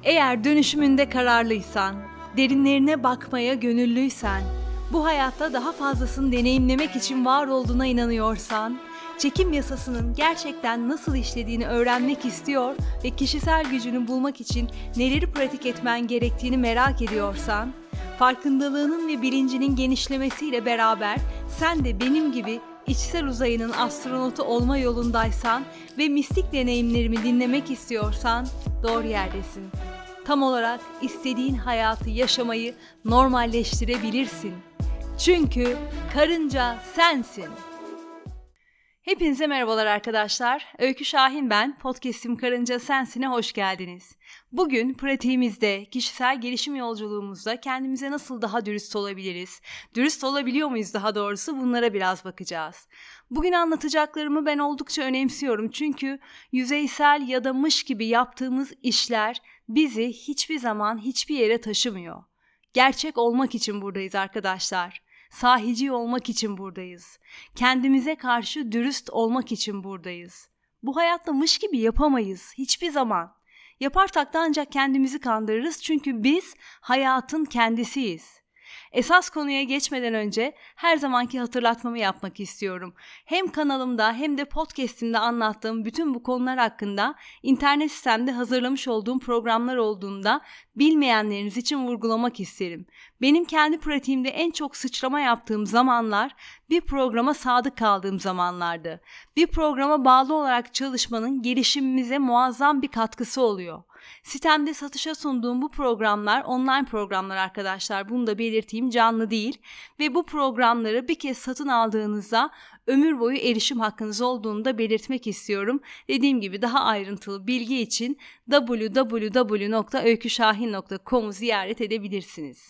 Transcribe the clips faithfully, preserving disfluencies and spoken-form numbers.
Eğer dönüşümünde kararlıysan, derinlerine bakmaya gönüllüysen, bu hayatta daha fazlasını deneyimlemek için var olduğuna inanıyorsan, çekim yasasının gerçekten nasıl işlediğini öğrenmek istiyor ve kişisel gücünü bulmak için neleri pratik etmen gerektiğini merak ediyorsan, farkındalığının ve bilincinin genişlemesiyle beraber sen de benim gibi içsel uzayının astronotu olma yolundaysan ve mistik deneyimlerimi dinlemek istiyorsan doğru yerdesin. Tam olarak istediğin hayatı yaşamayı normalleştirebilirsin. Çünkü karınca sensin. Hepinize merhabalar arkadaşlar. Öykü Şahin ben. Podcast'im Karınca Sensin'e hoş geldiniz. Bugün pratiğimizde, kişisel gelişim yolculuğumuzda kendimize nasıl daha dürüst olabiliriz? Dürüst olabiliyor muyuz daha doğrusu? Bunlara biraz bakacağız. Bugün anlatacaklarımı ben oldukça önemsiyorum. Çünkü yüzeysel ya da mış gibi yaptığımız işler bizi hiçbir zaman hiçbir yere taşımıyor. Gerçek olmak için buradayız arkadaşlar. Sahici olmak için buradayız. Kendimize karşı dürüst olmak için buradayız. Bu hayatta mış gibi yapamayız hiçbir zaman. Yaparsak da ancak kendimizi kandırırız çünkü biz hayatın kendisiyiz. Esas konuya geçmeden önce her zamanki hatırlatmamı yapmak istiyorum. Hem kanalımda hem de podcast'imde anlattığım bütün bu konular hakkında internet sitemde hazırlamış olduğum programlar olduğunda bilmeyenleriniz için vurgulamak isterim. Benim kendi pratiğimde en çok sıçrama yaptığım zamanlar bir programa sadık kaldığım zamanlardı. Bir programa bağlı olarak çalışmanın gelişimimize muazzam bir katkısı oluyor. Sitemde satışa sunduğum bu programlar online programlar arkadaşlar, bunu da belirteyim, canlı değil ve bu programları bir kez satın aldığınızda ömür boyu erişim hakkınız olduğunu da belirtmek istiyorum. Dediğim gibi daha ayrıntılı bilgi için double-u double-u double-u nokta öykü şahin nokta com'u ziyaret edebilirsiniz.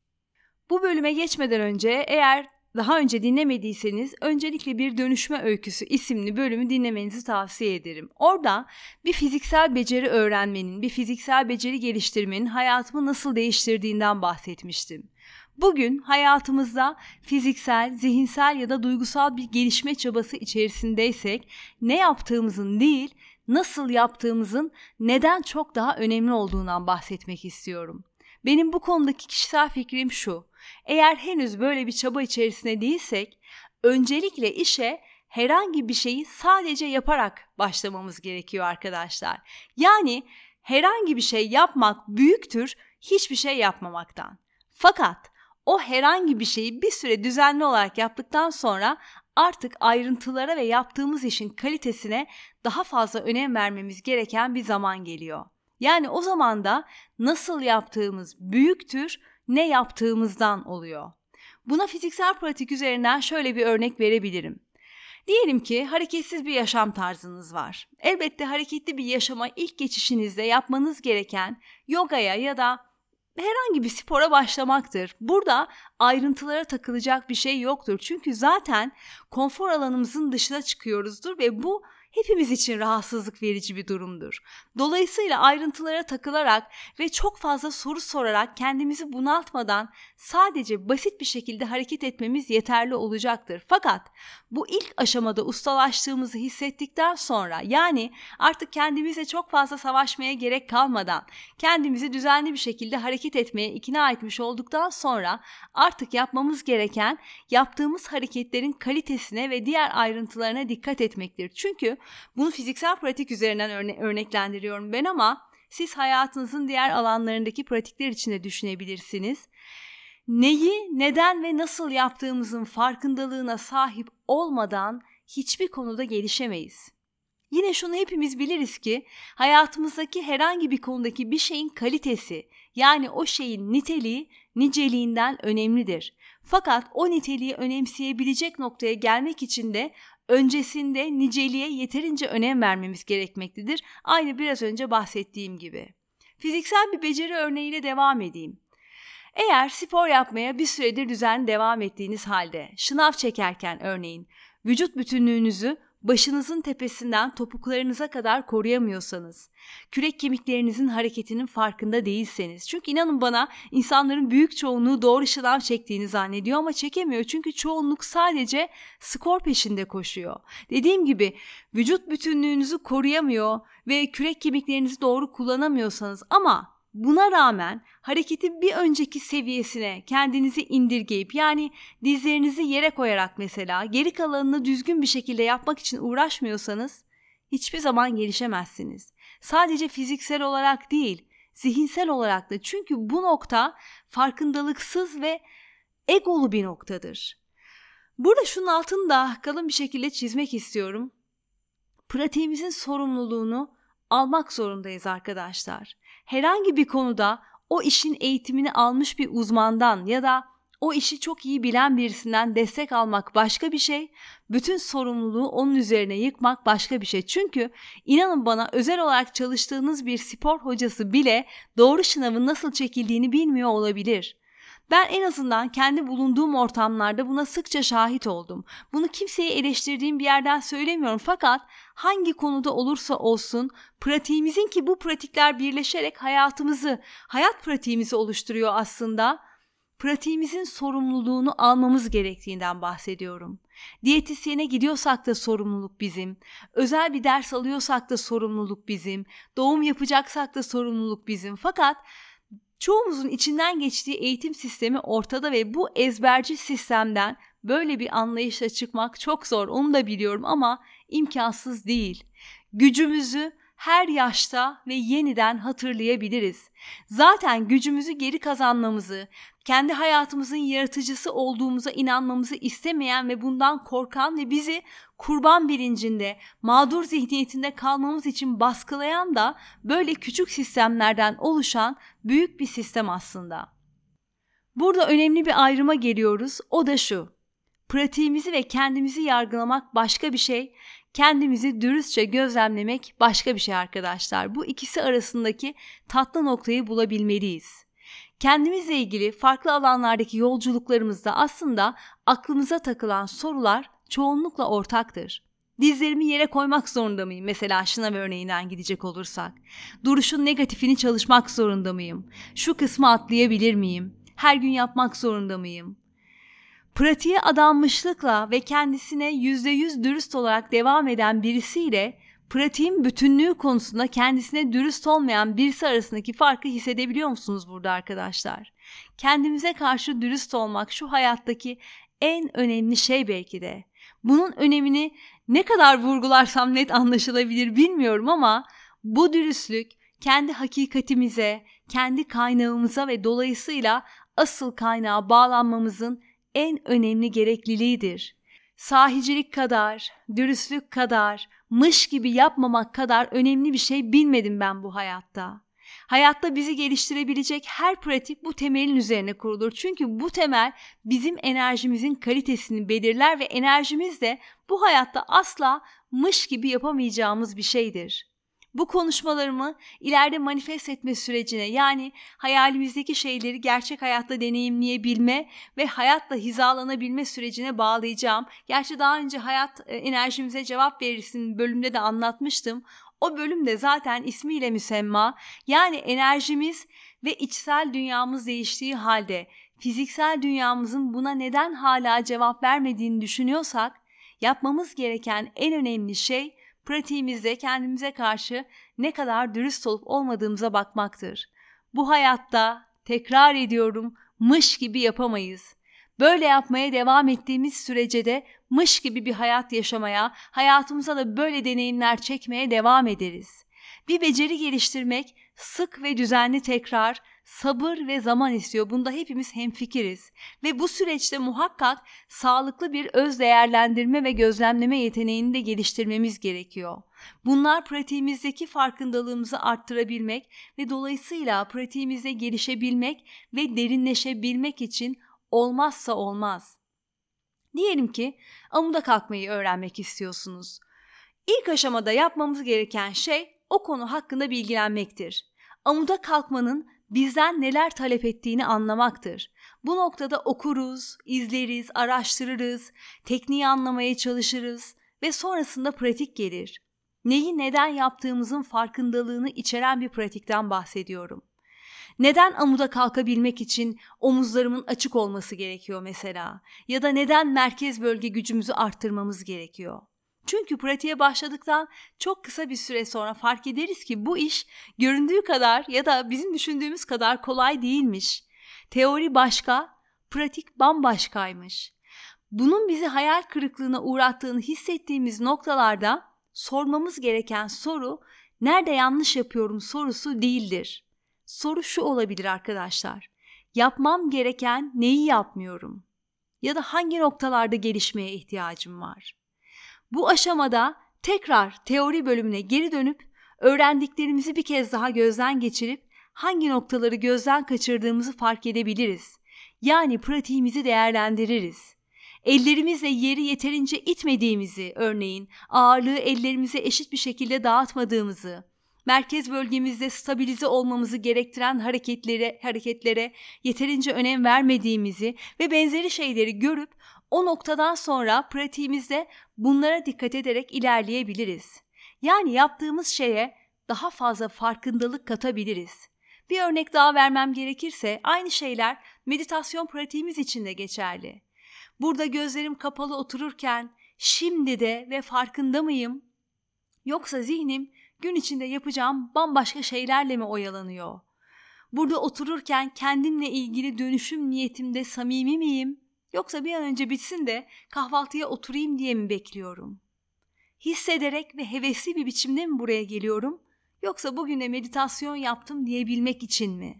Bu bölüme geçmeden önce eğer daha önce dinlemediyseniz öncelikle Bir Dönüşme Öyküsü isimli bölümü dinlemenizi tavsiye ederim. Orada bir fiziksel beceri öğrenmenin, bir fiziksel beceri geliştirmenin hayatımı nasıl değiştirdiğinden bahsetmiştim. Bugün hayatımızda fiziksel, zihinsel ya da duygusal bir gelişme çabası içerisindeysek ne yaptığımızın değil, nasıl yaptığımızın neden çok daha önemli olduğundan bahsetmek istiyorum. Benim bu konudaki kişisel fikrim şu: eğer henüz böyle bir çaba içerisinde değilsek, öncelikle işe herhangi bir şeyi sadece yaparak başlamamız gerekiyor arkadaşlar. Yani herhangi bir şey yapmak büyüktür hiçbir şey yapmamaktan. Fakat o herhangi bir şeyi bir süre düzenli olarak yaptıktan sonra artık ayrıntılara ve yaptığımız işin kalitesine daha fazla önem vermemiz gereken bir zaman geliyor. Yani o zaman da nasıl yaptığımız büyüktür, ne yaptığımızdan oluyor. Buna fiziksel pratik üzerinden şöyle bir örnek verebilirim. Diyelim ki hareketsiz bir yaşam tarzınız var. Elbette hareketli bir yaşama ilk geçişinizde yapmanız gereken yogaya ya da herhangi bir spora başlamaktır. Burada ayrıntılara takılacak bir şey yoktur. Çünkü zaten konfor alanımızın dışına çıkıyoruzdur ve bu hepimiz için rahatsızlık verici bir durumdur. Dolayısıyla ayrıntılara takılarak ve çok fazla soru sorarak kendimizi bunaltmadan sadece basit bir şekilde hareket etmemiz yeterli olacaktır. Fakat bu ilk aşamada ustalaştığımızı hissettikten sonra, yani artık kendimize çok fazla savaşmaya gerek kalmadan kendimizi düzenli bir şekilde hareket etmeye ikna etmiş olduktan sonra artık yapmamız gereken yaptığımız hareketlerin kalitesine ve diğer ayrıntılarına dikkat etmektir. Çünkü bunu fiziksel pratik üzerinden örne- örneklendiriyorum ben ama siz hayatınızın diğer alanlarındaki pratikler için de düşünebilirsiniz. Neyi, neden ve nasıl yaptığımızın farkındalığına sahip olmadan hiçbir konuda gelişemeyiz. Yine şunu hepimiz biliriz ki hayatımızdaki herhangi bir konudaki bir şeyin kalitesi, yani o şeyin niteliği niceliğinden önemlidir. Fakat o niteliği önemseyebilecek noktaya gelmek için de öncesinde niceliğe yeterince önem vermemiz gerekmektedir. Aynı biraz önce bahsettiğim gibi. Fiziksel bir beceri örneğiyle devam edeyim. Eğer spor yapmaya bir süredir düzenli devam ettiğiniz halde şınav çekerken örneğin vücut bütünlüğünüzü başınızın tepesinden topuklarınıza kadar koruyamıyorsanız, kürek kemiklerinizin hareketinin farkında değilseniz, çünkü inanın bana insanların büyük çoğunluğu doğru şınav çektiğini zannediyor ama çekemiyor çünkü çoğunluk sadece skor peşinde koşuyor. Dediğim gibi vücut bütünlüğünüzü koruyamıyor ve kürek kemiklerinizi doğru kullanamıyorsanız ama Buna rağmen hareketin bir önceki seviyesine kendinizi indirgeyip, yani dizlerinizi yere koyarak mesela geri kalanını düzgün bir şekilde yapmak için uğraşmıyorsanız hiçbir zaman gelişemezsiniz. Sadece fiziksel olarak değil, zihinsel olarak da. Çünkü bu nokta farkındalıksız ve egolu bir noktadır. Burada şunun altını da kalın bir şekilde çizmek istiyorum. Pratiğimizin sorumluluğunu almak zorundayız arkadaşlar. Herhangi bir konuda o işin eğitimini almış bir uzmandan ya da o işi çok iyi bilen birisinden destek almak başka bir şey, bütün sorumluluğu onun üzerine yıkmak başka bir şey. Çünkü inanın bana, özel olarak çalıştığınız bir spor hocası bile doğru şınavın nasıl çekildiğini bilmiyor olabilir. Ben en azından kendi bulunduğum ortamlarda buna sıkça şahit oldum. Bunu kimseyi eleştirdiğim bir yerden söylemiyorum, fakat hangi konuda olursa olsun pratiğimizin, ki bu pratikler birleşerek hayatımızı, hayat pratiğimizi oluşturuyor aslında, pratiğimizin sorumluluğunu almamız gerektiğinden bahsediyorum. Diyetisyene gidiyorsak da sorumluluk bizim, özel bir ders alıyorsak da sorumluluk bizim, doğum yapacaksak da sorumluluk bizim. Fakat çoğumuzun içinden geçtiği eğitim sistemi ortada ve bu ezberci sistemden böyle bir anlayışla çıkmak çok zor, onu da biliyorum, ama imkansız değil. Gücümüzü her yaşta ve yeniden hatırlayabiliriz. Zaten gücümüzü geri kazanmamızı, kendi hayatımızın yaratıcısı olduğumuza inanmamızı istemeyen ve bundan korkan ve bizi kurban bilincinde, mağdur zihniyetinde kalmamız için baskılayan da böyle küçük sistemlerden oluşan büyük bir sistem aslında. Burada önemli bir ayrıma geliyoruz, o da şu: pratiğimizi ve kendimizi yargılamak başka bir şey, kendimizi dürüstçe gözlemlemek başka bir şey arkadaşlar. Bu ikisi arasındaki tatlı noktayı bulabilmeliyiz. Kendimizle ilgili farklı alanlardaki yolculuklarımızda aslında aklımıza takılan sorular çoğunlukla ortaktır. Dizlerimi yere koymak zorunda mıyım? Mesela şınav örneğinden gidecek olursak. Duruşun negatifini çalışmak zorunda mıyım? Şu kısmı atlayabilir miyim? Her gün yapmak zorunda mıyım? Pratiğe adanmışlıkla ve kendisine yüzde yüz dürüst olarak devam eden birisiyle pratiğin bütünlüğü konusunda kendisine dürüst olmayan birisi arasındaki farkı hissedebiliyor musunuz burada arkadaşlar? Kendimize karşı dürüst olmak şu hayattaki en önemli şey belki de. Bunun önemini ne kadar vurgularsam net anlaşılabilir bilmiyorum, ama bu dürüstlük kendi hakikatimize, kendi kaynağımıza ve dolayısıyla asıl kaynağa bağlanmamızın en önemli gerekliliğidir. Sahicilik kadar, dürüstlük kadar, mış gibi yapmamak kadar önemli bir şey bilmedim ben bu hayatta. Hayatta bizi geliştirebilecek her pratik bu temelin üzerine kurulur. Çünkü bu temel bizim enerjimizin kalitesini belirler ve enerjimiz de bu hayatta asla mış gibi yapamayacağımız bir şeydir. Bu konuşmalarımı ileride manifest etme sürecine, yani hayalimizdeki şeyleri gerçek hayatta deneyimleyebilme ve hayatla hizalanabilme sürecine bağlayacağım. Gerçi daha önce hayat enerjimize cevap verirsin bölümde de anlatmıştım. O bölümde zaten ismiyle müsemma, yani enerjimiz ve içsel dünyamız değiştiği halde fiziksel dünyamızın buna neden hala cevap vermediğini düşünüyorsak, yapmamız gereken en önemli şey pratiğimizde kendimize karşı ne kadar dürüst olup olmadığımıza bakmaktır. Bu hayatta, tekrar ediyorum, mış gibi yapamayız. Böyle yapmaya devam ettiğimiz sürece de mış gibi bir hayat yaşamaya, hayatımıza da böyle deneyimler çekmeye devam ederiz. Bir beceri geliştirmek sık ve düzenli tekrar, sabır ve zaman istiyor. Bunda hepimiz hemfikiriz. Ve bu süreçte muhakkak sağlıklı bir öz değerlendirme ve gözlemleme yeteneğini de geliştirmemiz gerekiyor. Bunlar pratiğimizdeki farkındalığımızı arttırabilmek ve dolayısıyla pratiğimizde gelişebilmek ve derinleşebilmek için olmazsa olmaz. Diyelim ki amuda kalkmayı öğrenmek istiyorsunuz. İlk aşamada yapmamız gereken şey o konu hakkında bilgilenmektir. Amuda kalkmanın bizden neler talep ettiğini anlamaktır. Bu noktada okuruz, izleriz, araştırırız, tekniği anlamaya çalışırız ve sonrasında pratik gelir. Neyi neden yaptığımızın farkındalığını içeren bir pratikten bahsediyorum. Neden amuda kalkabilmek için omuzlarımın açık olması gerekiyor mesela? Ya da neden merkez bölge gücümüzü arttırmamız gerekiyor? Çünkü pratiğe başladıktan çok kısa bir süre sonra fark ederiz ki bu iş göründüğü kadar ya da bizim düşündüğümüz kadar kolay değilmiş. Teori başka, pratik bambaşkaymış. Bunun bizi hayal kırıklığına uğrattığını hissettiğimiz noktalarda sormamız gereken soru, nerede yanlış yapıyorum sorusu değildir. Soru şu olabilir arkadaşlar: yapmam gereken neyi yapmıyorum? Ya da hangi noktalarda gelişmeye ihtiyacım var? Bu aşamada tekrar teori bölümüne geri dönüp öğrendiklerimizi bir kez daha gözden geçirip hangi noktaları gözden kaçırdığımızı fark edebiliriz. Yani pratiğimizi değerlendiririz. Ellerimizle yeri yeterince itmediğimizi, örneğin ağırlığı ellerimize eşit bir şekilde dağıtmadığımızı, merkez bölgemizde stabilize olmamızı gerektiren hareketlere, hareketlere yeterince önem vermediğimizi ve benzeri şeyleri görüp o noktadan sonra pratiğimizde bunlara dikkat ederek ilerleyebiliriz. Yani yaptığımız şeye daha fazla farkındalık katabiliriz. Bir örnek daha vermem gerekirse aynı şeyler meditasyon pratiğimiz için de geçerli. Burada gözlerim kapalı otururken şimdi de ve farkında mıyım? Yoksa zihnim gün içinde yapacağım bambaşka şeylerle mi oyalanıyor? Burada otururken kendimle ilgili dönüşüm niyetimde samimi miyim? Yoksa bir an önce bitsin de kahvaltıya oturayım diye mi bekliyorum? Hissederek ve hevesli bir biçimde mi buraya geliyorum? Yoksa bugün de meditasyon yaptım diyebilmek için mi?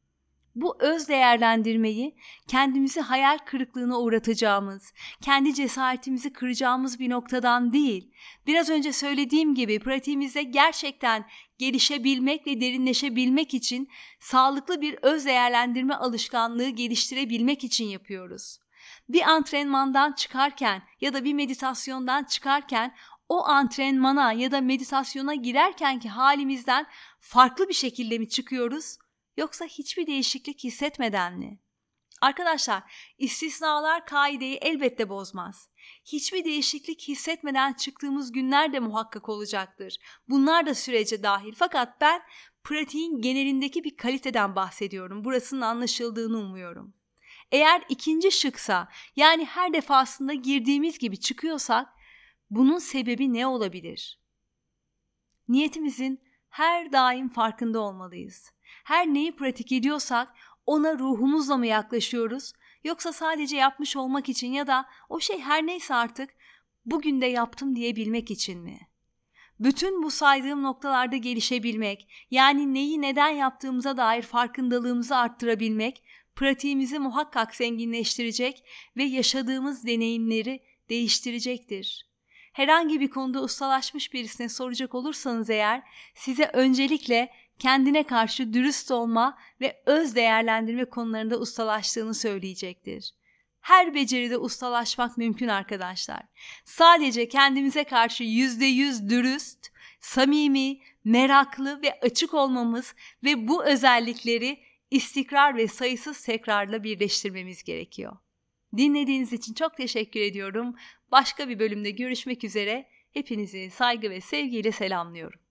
Bu öz değerlendirmeyi kendimizi hayal kırıklığına uğratacağımız, kendi cesaretimizi kıracağımız bir noktadan değil, biraz önce söylediğim gibi pratiğimizde gerçekten gelişebilmek ve derinleşebilmek için sağlıklı bir öz değerlendirme alışkanlığı geliştirebilmek için yapıyoruz. Bir antrenmandan çıkarken ya da bir meditasyondan çıkarken o antrenmana ya da meditasyona girerkenki halimizden farklı bir şekilde mi çıkıyoruz? Yoksa hiçbir değişiklik hissetmeden mi? Arkadaşlar, istisnalar kaideyi elbette bozmaz. Hiçbir değişiklik hissetmeden çıktığımız günler de muhakkak olacaktır. Bunlar da sürece dahil. Fakat ben pratiğin genelindeki bir kaliteden bahsediyorum. Burasının anlaşıldığını umuyorum. Eğer ikinci şıksa, yani her defasında girdiğimiz gibi çıkıyorsak, bunun sebebi ne olabilir? Niyetimizin her daim farkında olmalıyız. Her neyi pratik ediyorsak ona ruhumuzla mı yaklaşıyoruz, yoksa sadece yapmış olmak için ya da o şey her neyse artık bugün de yaptım diyebilmek için mi? Bütün bu saydığım noktalarda gelişebilmek, yani neyi neden yaptığımıza dair farkındalığımızı arttırabilmek, pratiğimizi muhakkak zenginleştirecek ve yaşadığımız deneyimleri değiştirecektir. Herhangi bir konuda ustalaşmış birisine soracak olursanız eğer, size öncelikle kendine karşı dürüst olma ve öz değerlendirme konularında ustalaştığını söyleyecektir. Her beceride ustalaşmak mümkün arkadaşlar. Sadece kendimize karşı yüzde yüz dürüst, samimi, meraklı ve açık olmamız ve bu özellikleri istikrar ve sayısız tekrarla birleştirmemiz gerekiyor. Dinlediğiniz için çok teşekkür ediyorum. Başka bir bölümde görüşmek üzere. Hepinizi saygı ve sevgiyle selamlıyorum.